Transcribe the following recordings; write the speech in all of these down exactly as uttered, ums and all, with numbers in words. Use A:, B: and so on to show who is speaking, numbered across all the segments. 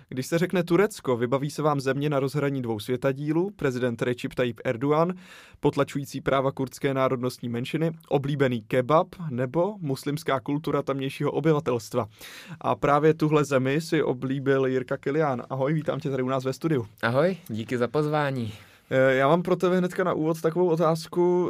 A: Když se řekne Turecko, vybaví se vám země na rozhraní dvou světadílů, prezident Recep Tayyip Erdogan, potlačující práva kurdské národnostní menšiny, oblíbený kebab nebo muslimská kultura tamnějšího obyvatelstva. A právě tuhle zemi si oblíbil Jirka Kilián. Ahoj, vítám tě tady u nás ve studiu.
B: Ahoj, díky za pozvání.
A: Já mám pro tebe hnedka na úvod takovou otázku.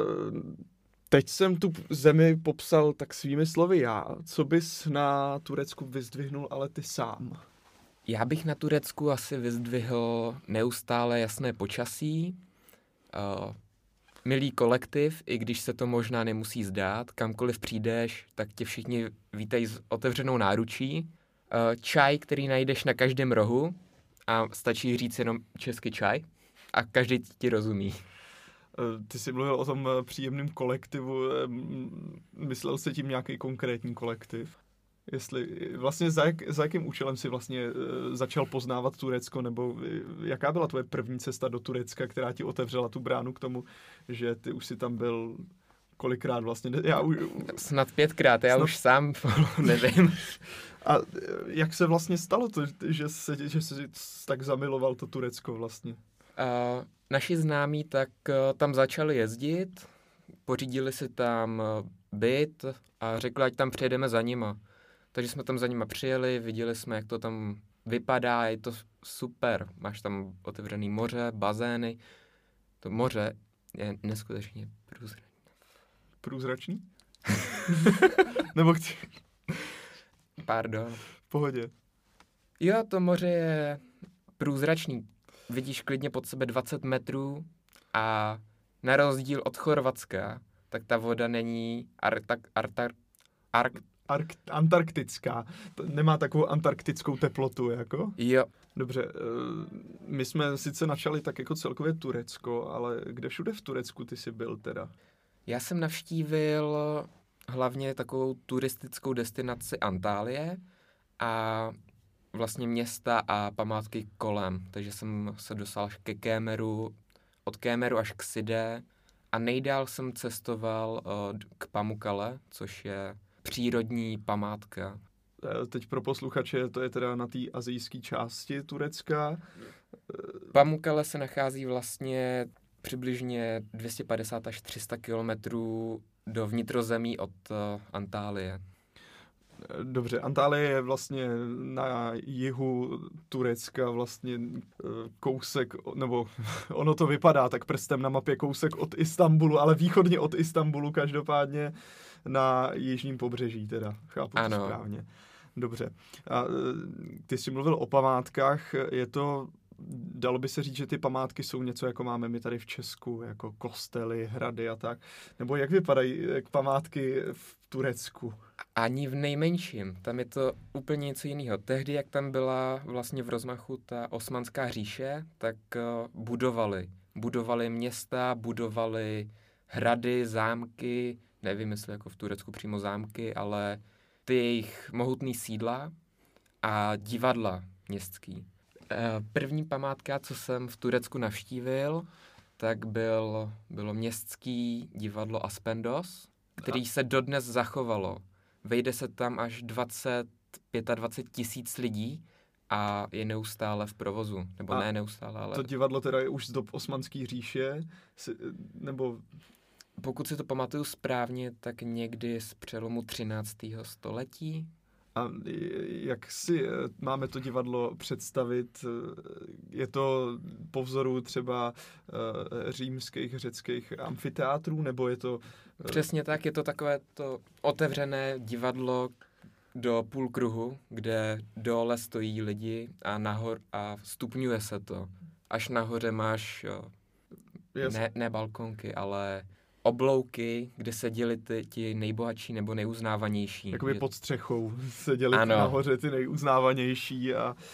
A: Teď jsem tu zemi popsal tak svými slovy já. Co bys na Turecku vyzdvihnul, ale ty sám?
B: Já bych na Turecku asi vyzdvihl neustále jasné počasí, uh, milý kolektiv, i když se to možná nemusí zdát. Kamkoliv přijdeš, tak tě všichni vítají s otevřenou náručí. Uh, čaj, který najdeš na každém rohu a stačí říct jenom český čaj a každý ti rozumí.
A: Ty jsi mluvil o tom příjemném kolektivu. Myslel jsi tím nějaký konkrétní kolektiv? Jestli, vlastně za, jak, za jakým účelem jsi vlastně začal poznávat Turecko, nebo jaká byla tvoje první cesta do Turecka, která ti otevřela tu bránu k tomu, že ty už jsi tam byl kolikrát vlastně? Já už,
B: Snad pětkrát, já snad... už sám nevím.
A: A jak se vlastně stalo to, že jsi, že jsi tak zamiloval to Turecko vlastně?
B: Uh, naši známí tak uh, tam začali jezdit, pořídili si tam uh, byt a řekli, ať tam přijedeme za nima. Takže jsme tam za nima přijeli, viděli jsme, jak to tam vypadá, je to super. Máš tam otevřený moře, bazény. To moře je neskutečně průzračné.
A: Průzračný? Nebo chci...
B: Pardon.
A: V pohodě.
B: Jo, to moře je průzračný. Vidíš klidně pod sebe dvacet metrů a na rozdíl od Chorvatska, tak ta voda není ar, tak, artar, ark,
A: Ark, antarktická. Nemá takovou antarktickou teplotu, jako?
B: Jo.
A: Dobře, my jsme sice načali tak jako celkově Turecko, ale kde všude v Turecku ty jsi byl teda?
B: Já jsem navštívil hlavně takovou turistickou destinaci Antálie a vlastně města a památky kolem. Takže jsem se dostal až ke Kémeru, od Kémeru až k Sidé a nejdál jsem cestoval uh, k Pamukkale, což je přírodní památka.
A: Teď pro posluchače, to je teda na té asijské části Turecka.
B: Pamukkale se nachází vlastně přibližně dvě stě padesát až tři sta kilometrů do vnitrozemí od uh, Antálie.
A: Dobře, Antálie je vlastně na jihu Turecka vlastně kousek, nebo ono to vypadá tak prstem na mapě kousek od Istanbulu, ale východně od Istanbulu každopádně na jižním pobřeží teda, chápu
B: ano.
A: To správně. Dobře. A ty jsi mluvil o památkách, je to, dalo by se říct, že ty památky jsou něco, jako máme my tady v Česku, jako kostely, hrady a tak, nebo jak vypadají památky v Turecku?
B: Ani v nejmenším. Tam je to úplně něco jiného. Tehdy, jak tam byla vlastně v rozmachu ta Osmanská říše, tak uh, budovali. Budovali města, budovali hrady, zámky, nevím, jestli jako v Turecku přímo zámky, ale ty jejich mohutný sídla a divadla městský. Uh, první památka, co jsem v Turecku navštívil, tak byl, bylo městský divadlo Aspendos, který se dodnes zachovalo. Vejde se tam až dvacet, dvacet pět tisíc lidí a je neustále v provozu. Nebo a ne neustále, ale...
A: To divadlo teda je už z dob Osmanské říše? Nebo...
B: Pokud si to pamatuju správně, tak někdy z přelomu třináctého století.
A: A jak si máme to divadlo představit? Je to po vzoru třeba římských, řeckých amfiteátrů, nebo je to...
B: Přesně tak, je to takové to otevřené divadlo do půlkruhu, kde dole stojí lidi a nahor a stupňuje se to. Až nahoře máš ne, ne balkonky, ale oblouky, kde seděli ty, ti nejbohatší nebo nejuznávanější.
A: Jakoby
B: že...
A: pod střechou seděli ano. Nahoře ty nejuznávanější a uh,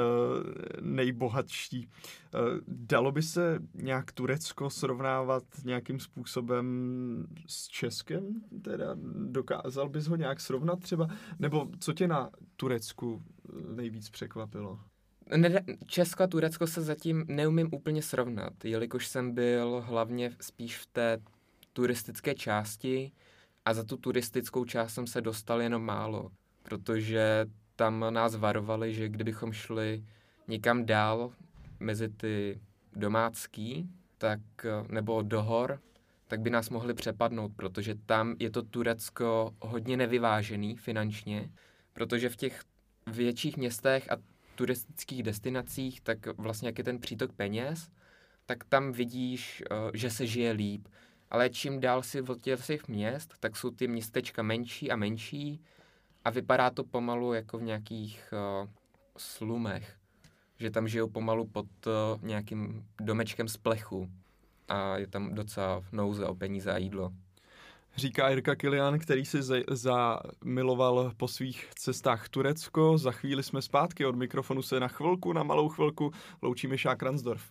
A: nejbohatší. Uh, dalo by se nějak Turecko srovnávat nějakým způsobem s Českem? Teda dokázal bys ho nějak srovnat třeba? Nebo co tě na Turecku nejvíc překvapilo?
B: Česko a Turecko se zatím neumím úplně srovnat, jelikož jsem byl hlavně spíš v té turistické části a za tu turistickou část jsem se dostal jenom málo, protože tam nás varovali, že kdybychom šli někam dál mezi ty domácký, tak, nebo do hor, tak by nás mohli přepadnout, protože tam je to Turecko hodně nevyvážený finančně, protože v těch větších městech a turistických destinacích, tak vlastně jak je ten přítok peněz, tak tam vidíš, že se žije líp. Ale čím dál si od těch měst, tak jsou ty městečka menší a menší a vypadá to pomalu jako v nějakých uh, slumech, že tam žijou pomalu pod uh, nějakým domečkem z plechu a je tam docela nouze o peníze a jídlo.
A: Říká Jirka Kilian, který si zamiloval po svých cestách Turecko. Za chvíli jsme zpátky, od mikrofonu se na chvilku, na malou chvilku loučí Mišák Ransdorf.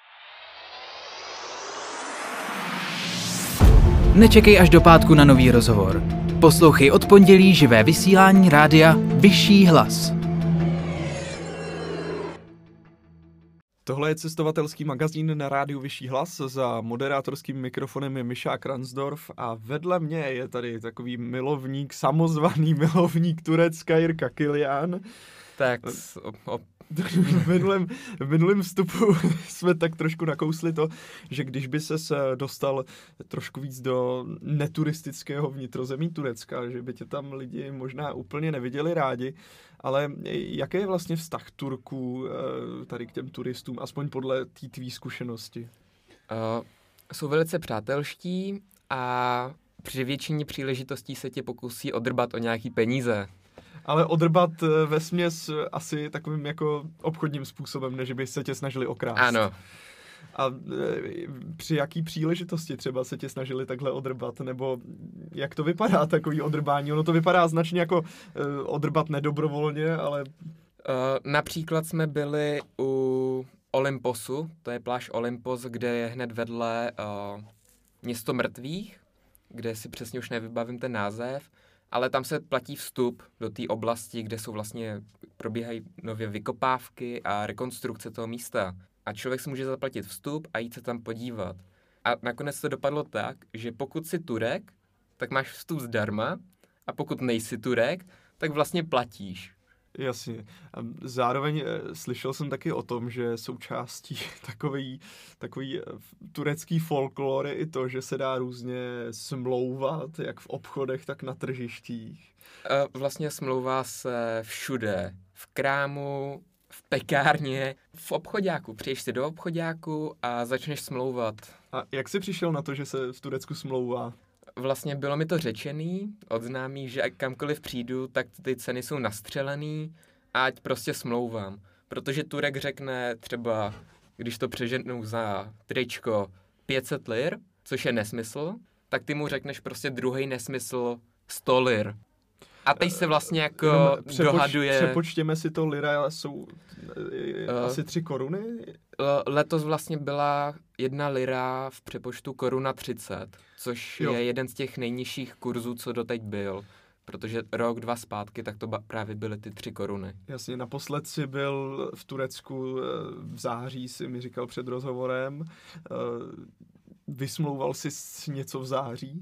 C: Nečekej až do pátku na nový rozhovor. Poslouchej od pondělí živé vysílání rádia Vyšší hlas.
A: Tohle je cestovatelský magazín na rádiu Vyšší hlas. Za moderátorským mikrofonem je Mišák Ransdorf a vedle mě je tady takový milovník, samozvaný milovník Turecka Jirka Kilian.
B: Tak o, o...
A: v, minulém, v minulém vstupu jsme tak trošku nakousli to, že když by ses dostal trošku víc do neturistického vnitrozemí Turecka, že by tě tam lidi možná úplně neviděli rádi, ale jaký je vlastně vztah Turků tady k těm turistům, aspoň podle té tvý zkušenosti?
B: Uh, jsou velice přátelští a při většině příležitostí se tě pokusí odrbat o nějaký peníze.
A: Ale odrbat vesměs asi takovým jako obchodním způsobem, než by se tě snažili okrást.
B: Ano.
A: A při jaký příležitosti třeba se tě snažili takhle odrbat? Nebo jak to vypadá, takový odrbání? Ono to vypadá značně jako odrbat nedobrovolně, ale...
B: Uh, například jsme byli u Olymposu, to je pláž Olympos, kde je hned vedle uh, město mrtvých, kde si přesně už nevybavím ten název, ale tam se platí vstup do té oblasti, kde jsou vlastně, probíhají nově vykopávky a rekonstrukce toho místa. A člověk si může zaplatit vstup a jít se tam podívat. A nakonec to dopadlo tak, že pokud jsi Turek, tak máš vstup zdarma a pokud nejsi Turek, tak vlastně platíš.
A: Jasně. A zároveň slyšel jsem taky o tom, že součástí takový, takový turecký folklor je i to, že se dá různě smlouvat, jak v obchodech, tak na tržištích.
B: Vlastně smlouvá se všude. V krámu, v pekárně, v obchoďáku. Přijdeš si do obchoďáku a začneš smlouvat.
A: A jak jsi přišel na to, že se v Turecku smlouvá?
B: Vlastně bylo mi to řečený od známých, že kamkoliv přijdu, tak ty ceny jsou nastřelený a ať prostě smlouvám. Protože Turek řekne třeba, když to přeženou za tričko pět set lir, což je nesmysl, tak ty mu řekneš prostě druhý nesmysl sto lir. A teď se vlastně jako no, přepoč, dohaduje...
A: Přepočtěme si to, lira jsou uh, asi tři koruny?
B: Letos vlastně byla jedna lira v přepočtu koruna třicet, což jo. je jeden z těch nejnižších kurzů, co doteď byl. Protože rok, dva zpátky, tak to ba- právě byly ty tři koruny.
A: Jasně, naposled si byl v Turecku v září, si mi říkal před rozhovorem. Vysmlouval jsi něco v září?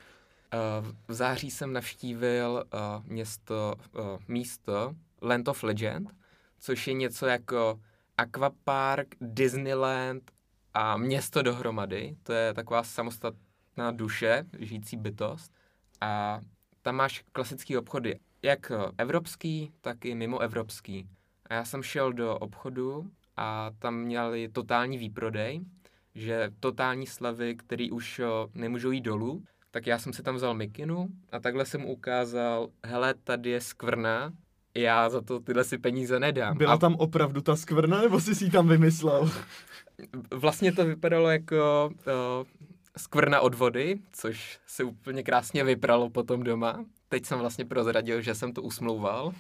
B: V září jsem navštívil město, místo Land of Legend, což je něco jako akvapark, Disneyland a město dohromady. To je taková samostatná duše, žijící bytost. A tam máš klasický obchody, jak evropský, tak i mimo evropský. A já jsem šel do obchodu a tam měli totální výprodej, že totální slevy, který už nemůžou jít dolů, tak já jsem si tam vzal mikinu a takhle jsem ukázal, hele, tady je skvrna, já za to tyhle si peníze nedám.
A: Byla
B: a...
A: tam opravdu ta skvrna, nebo jsi si ji tam vymyslel?
B: Vlastně to vypadalo jako uh, skvrna od vody, což se úplně krásně vypralo potom doma. Teď jsem vlastně prozradil, že jsem to usmlouval.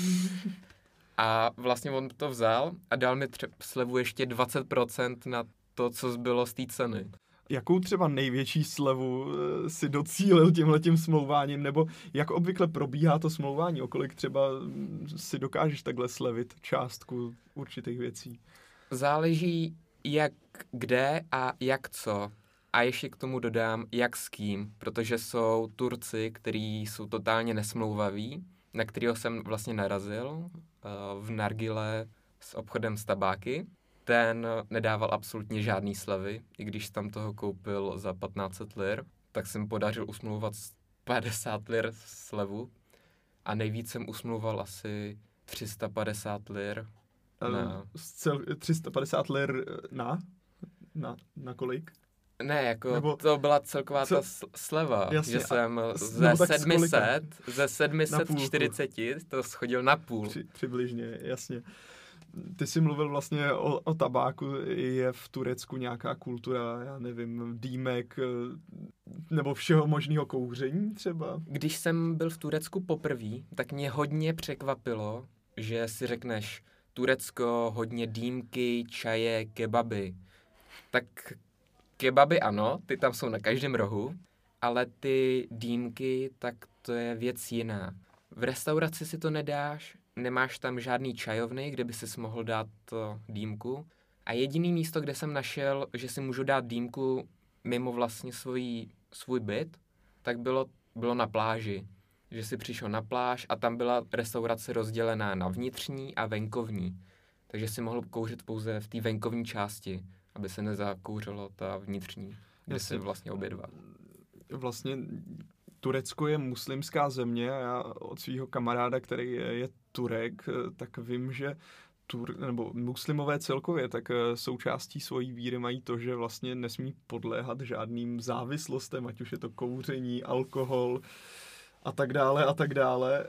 B: A vlastně on to vzal a dal mi třeba slevu ještě dvacet procent na to, co zbylo z té ceny.
A: Jakou třeba největší slevu si docílil tímhletím smlouváním, nebo jak obvykle probíhá to smlouvání, o kolik třeba si dokážeš takhle slevit částku určitých věcí?
B: Záleží jak kde a jak co. A ještě k tomu dodám, jak s kým, protože jsou Turci, kteří jsou totálně nesmlouvaví na kterého jsem vlastně narazil uh, v nargile s obchodem s tabáky. Ten nedával absolutně žádný slevy, i když tam toho koupil za patnáct set lir, tak jsem podařil usmlouvat padesát lir slevu a nejvíc jsem usmlouval asi tři sta padesát lir. Na...
A: Cel, tři sta padesát lir na? Na, na kolik?
B: Ne, jako
A: Nebo...
B: to byla celková
A: Co?
B: ta sleva,
A: Jasně,
B: že jsem
A: a...
B: ze sedm set, ze sedm set čtyřicet to schodil na půl.
A: Při, přibližně, jasně. Ty jsi mluvil vlastně o, o tabáku, je v Turecku nějaká kultura, já nevím, dýmek, nebo všeho možného kouření třeba?
B: Když jsem byl v Turecku poprvé, tak mě hodně překvapilo, že si řekneš Turecko, hodně dýmky, čaje, kebaby. Tak kebaby ano, ty tam jsou na každém rohu, ale ty dýmky, tak to je věc jiná. V restauraci si to nedáš, nemáš tam žádný čajovny, kde by si mohl dát dýmku. A jediný místo, kde jsem našel, že si můžu dát dýmku mimo vlastně svůj, svůj byt, tak bylo, bylo na pláži. Že si přišel na pláž a tam byla restaurace rozdělená na vnitřní a venkovní. Takže si mohl kouřit pouze v té venkovní části, aby se nezakouřilo ta vnitřní, kde si vlastně obědval.
A: Vlastně Turecko je muslimská země a já od svého kamaráda, který je, je Turek, tak vím, že tur, nebo muslimové celkově, tak součástí svojí víry mají to, že vlastně nesmí podléhat žádným závislostem, ať už je to kouření, alkohol a tak dále a tak dále.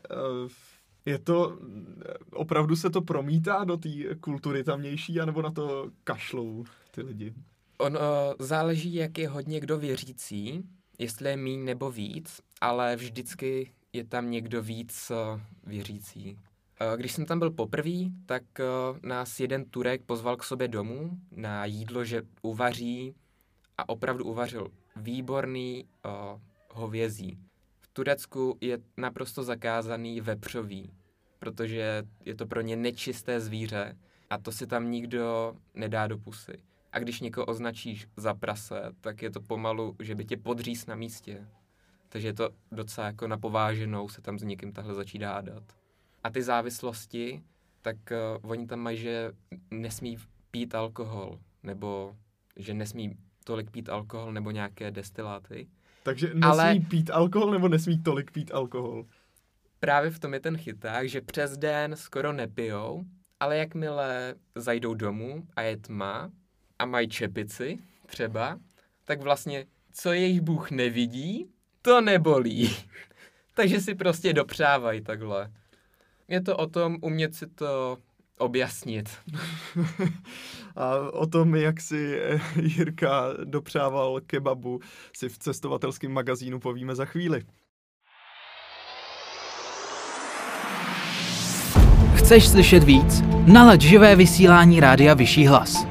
A: Je to, opravdu se to promítá do té kultury tamnější, anebo na to kašlou ty lidi?
B: On uh, záleží, jak je hodně kdo věřící, jestli je míň nebo víc, ale vždycky je tam někdo víc uh, věřící. Uh, když jsem tam byl poprvé, tak uh, nás jeden Turek pozval k sobě domů na jídlo, že uvaří a opravdu uvařil výborný uh, hovězí. V Turecku je naprosto zakázaný vepřový, protože je to pro ně nečisté zvíře a to si tam nikdo nedá do pusy. A když někoho označíš za prase, tak je to pomalu, že by tě podříz na místě. Takže je to docela jako na pováženou se tam s někým tahle začít hádat. A ty závislosti, tak uh, oni tam mají, že nesmí pít alkohol, nebo že nesmí tolik pít alkohol, nebo nějaké destiláty.
A: Takže nesmí Ale... pít alkohol, nebo nesmí tolik pít alkohol?
B: Právě v tom je ten chyták, že přes den skoro nepijou, ale jakmile zajdou domů a je tma, a mají čepici třeba, tak vlastně, co jejich Bůh nevidí, to nebolí. Takže si prostě dopřávají takhle. Je to o tom umět si to objasnit.
A: A o tom, jak si Jirka dopřával kebabu, si v cestovatelském magazínu povíme za chvíli.
C: Chceš slyšet víc? Nalaď živé vysílání Rádia Vyšší hlas.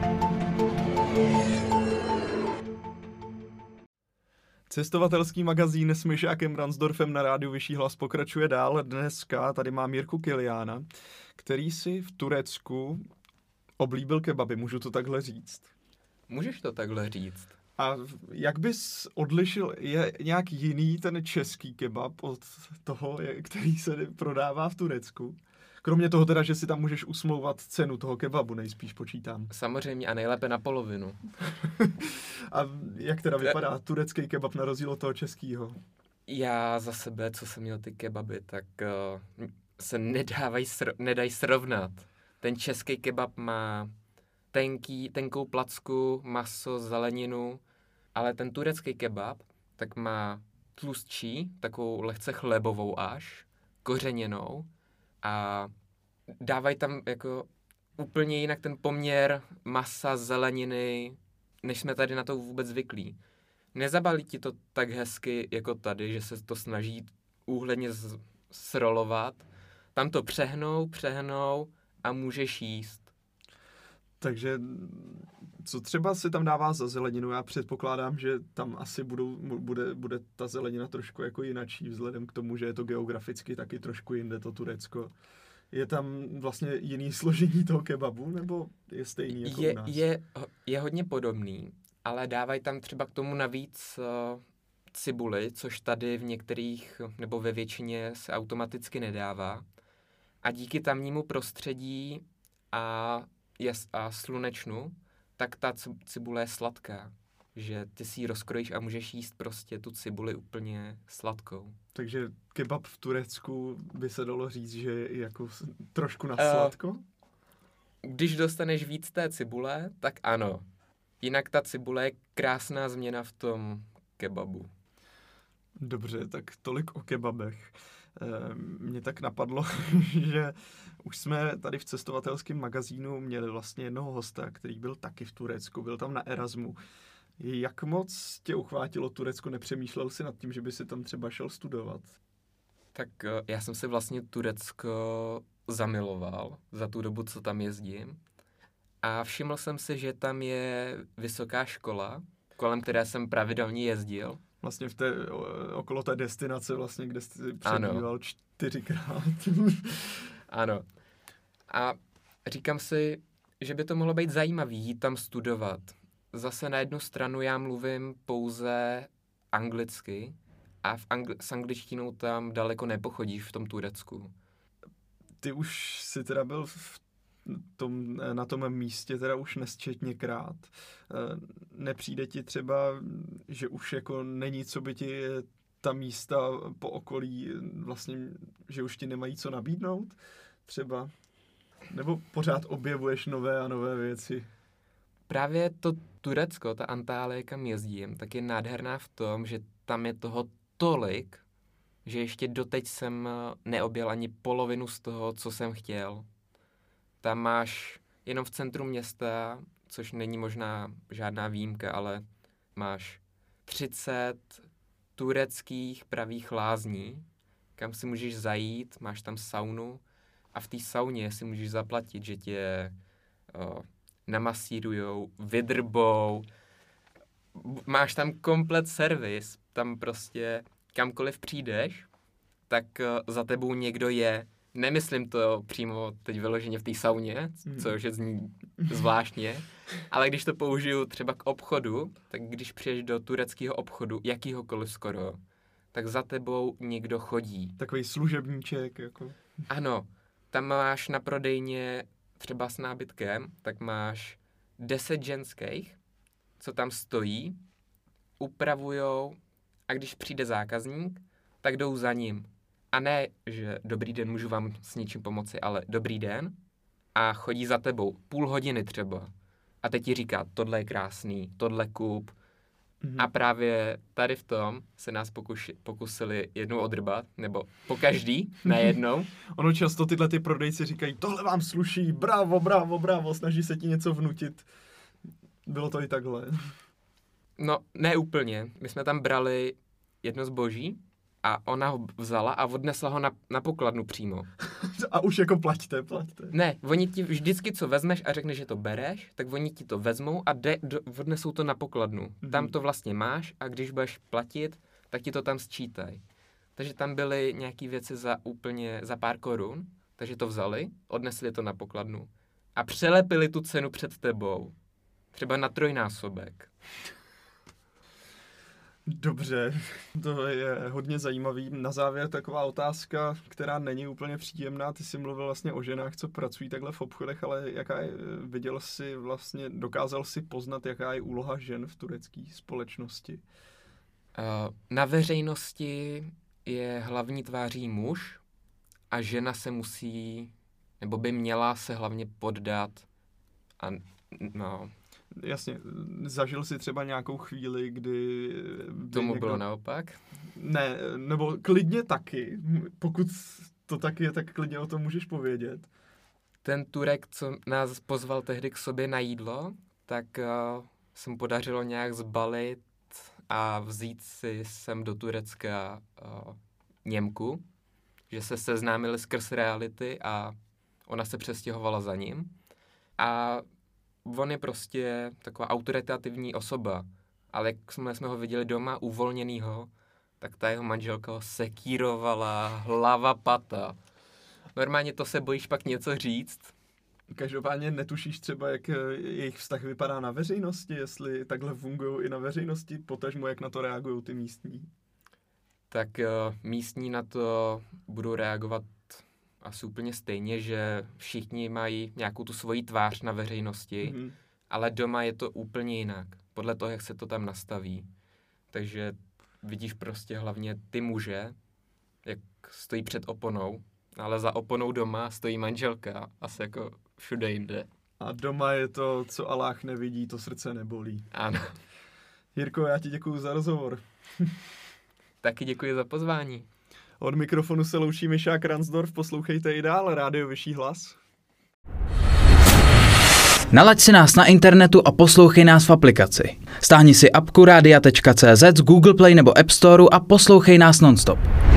A: Cestovatelský magazín s Myšákem Ransdorfem na rádiu Vyšší hlas pokračuje dál. Dneska tady mám Jirku Kiliána, který si v Turecku oblíbil kebaby, můžu to takhle říct?
B: Můžeš to takhle říct.
A: A jak bys odlišil, je nějak jiný ten český kebab od toho, který se prodává v Turecku? Kromě toho teda, že si tam můžeš usmlouvat cenu toho kebabu, nejspíš počítám.
B: Samozřejmě a nejlépe na polovinu.
A: A jak teda vypadá turecký kebab na rozdíl od toho českýho?
B: Já za sebe, co jsem měl ty kebaby, tak uh, se nedávají sro- nedají srovnat. Ten český kebab má tenký, tenkou placku, maso, zeleninu, ale ten turecký kebab tak má tlustší, takovou lehce chlebovou až, kořeněnou, a dávají tam jako úplně jinak ten poměr masa, zeleniny, než jsme tady na to vůbec zvyklí. Nezabalí ti to tak hezky jako tady, že se to snaží úhledně srolovat. Tam to přehnou, přehnou a můžeš jíst.
A: Takže co třeba si tam dává za zeleninu? Já předpokládám, že tam asi budou, bude, bude ta zelenina trošku jako jinačí, vzhledem k tomu, že je to geograficky taky trošku jinde to Turecko. Je tam vlastně jiný složení toho kebabu, nebo je stejný jako
B: je,
A: u nás?
B: Je, je hodně podobný, ale dávají tam třeba k tomu navíc uh, cibuli, což tady v některých nebo ve většině se automaticky nedává. A díky tamnímu prostředí a, jes, a slunečnu, tak ta cibule je sladká. Že ty si ji rozkrojíš a můžeš jíst prostě tu cibuli úplně sladkou.
A: Takže kebab v Turecku by se dalo říct, že je jako trošku na sladko? Uh,
B: když dostaneš víc té cibule, tak ano. Jinak ta cibule je krásná změna v tom kebabu.
A: Dobře, tak tolik o kebabech. E, mě tak napadlo, že už jsme tady v cestovatelském magazínu měli vlastně jednoho hosta, který byl taky v Turecku, byl tam na Erasmu. Jak moc tě uchvátilo Turecko? Nepřemýšlel jsi nad tím, že by si tam třeba šel studovat?
B: Tak já jsem si vlastně Turecko zamiloval za tu dobu, co tam jezdím. A všiml jsem si, že tam je vysoká škola, kolem které jsem pravidelně jezdil.
A: Vlastně v té, okolo té destinace, vlastně, kde jsi přebýval čtyřikrát.
B: Ano. A říkám si, že by to mohlo být zajímavý jít tam studovat. Zase na jednu stranu já mluvím pouze anglicky a v angli- s angličtinou tam daleko nepochodíš v tom Turecku.
A: Ty už jsi teda byl v tom, na tom místě teda už nesčetněkrát. Nepřijde ti třeba, že už jako není, co by ti ta místa po okolí vlastně, že už ti nemají co nabídnout třeba? Nebo pořád objevuješ nové a nové věci?
B: Právě to Turecko, ta Antálie, kam jezdím, tak je nádherná v tom, že tam je toho tolik, že ještě doteď jsem neobjel ani polovinu z toho, co jsem chtěl. Tam máš jenom v centru města, což není možná žádná výjimka, ale máš třicet tureckých pravých lázní, kam si můžeš zajít, máš tam saunu a v té sauně si můžeš zaplatit, že tě o, namasírujou, vydrbou, máš tam komplet servis, tam prostě kamkoliv přijdeš, tak o, za tebou někdo je. Nemyslím to přímo teď vyloženě v té sauně, což je zní zvláštně, ale když to použiju třeba k obchodu, tak když přijdeš do tureckého obchodu, jakýhokoliv skoro, tak za tebou někdo chodí.
A: Takový služebníček, jako.
B: Ano, tam máš na prodejně třeba s nábytkem, tak máš deset ženských, co tam stojí, upravujou a když přijde zákazník, tak jdou za ním. A ne, že dobrý den, můžu vám s něčím pomoci, ale dobrý den a chodí za tebou půl hodiny třeba. A teď ti říká, tohle je krásný, tohle kup. Mm-hmm. A právě tady v tom se nás pokuši, pokusili jednou odrbat, nebo po každý, najednou.
A: Ono často tyhle ty prodejci říkají, tohle vám sluší, bravo, bravo, bravo, snaží se ti něco vnutit. Bylo to i takhle.
B: No, ne úplně. My jsme tam brali jedno zboží, a ona ho vzala a odnesla ho na, na pokladnu přímo.
A: A už jako plaťte, plaťte.
B: Ne, oni ti vždycky, co vezmeš a řekneš, že to bereš, tak oni ti to vezmou a de, do, odnesou to na pokladnu. Mm-hmm. Tam to vlastně máš a když budeš platit, tak ti to tam sčítají. Takže tam byly nějaký věci za úplně, za pár korun, takže to vzali, odnesli to na pokladnu a přelepili tu cenu před tebou. Třeba na trojnásobek.
A: Dobře, to je hodně zajímavý. Na závěr taková otázka, která není úplně příjemná. Ty jsi mluvil vlastně o ženách, co pracují takhle v obchodech, ale jaká je, viděl jsi vlastně, dokázal jsi poznat, jaká je úloha žen v turecké společnosti?
B: Na veřejnosti je hlavní tváří muž a žena se musí, nebo by měla se hlavně poddat a no...
A: Jasně, zažil jsi třeba nějakou chvíli, kdy...
B: Tomu
A: někdo...
B: bylo naopak?
A: Ne, nebo klidně taky. Pokud to tak je, tak klidně o tom můžeš povědět.
B: Ten Turek, co nás pozval tehdy k sobě na jídlo, tak uh, se mu podařilo nějak zbalit a vzít si sem do Turecka uh, Němku, že se seznámili skrz reality a ona se přestěhovala za ním. A on je prostě taková autoritativní osoba, ale jak jsme, jsme ho viděli doma uvolněnýho, tak ta jeho manželka ho sekírovala hlava pata. Normálně to se bojíš pak něco říct
A: Každopádně netušíš třeba, jak jejich vztah vypadá na veřejnosti, jestli takhle fungují i na veřejnosti, potažmo jak na to reagují ty místní?
B: Tak uh, místní na to budou reagovat asi úplně stejně, že všichni mají nějakou tu svoji tvář na veřejnosti, mm-hmm. ale doma je to úplně jinak, podle toho, jak se to tam nastaví. Takže vidíš prostě hlavně ty muže, jak stojí před oponou, ale za oponou doma stojí manželka, asi jako všude jinde.
A: A doma je to, co Aláh nevidí, to srdce nebolí.
B: Ano.
A: Jirko, já ti děkuju za rozhovor.
B: Taky děkuji za pozvání.
A: Od mikrofonu se loučí Mišák Ransdorf, poslouchejte i dál Rádio Vyšší hlas.
C: Nalaď si nás na internetu a poslouchej nás v aplikaci. Stáhni si apku radia tečka cé zet z Google Play nebo App Store a poslouchej nás nonstop.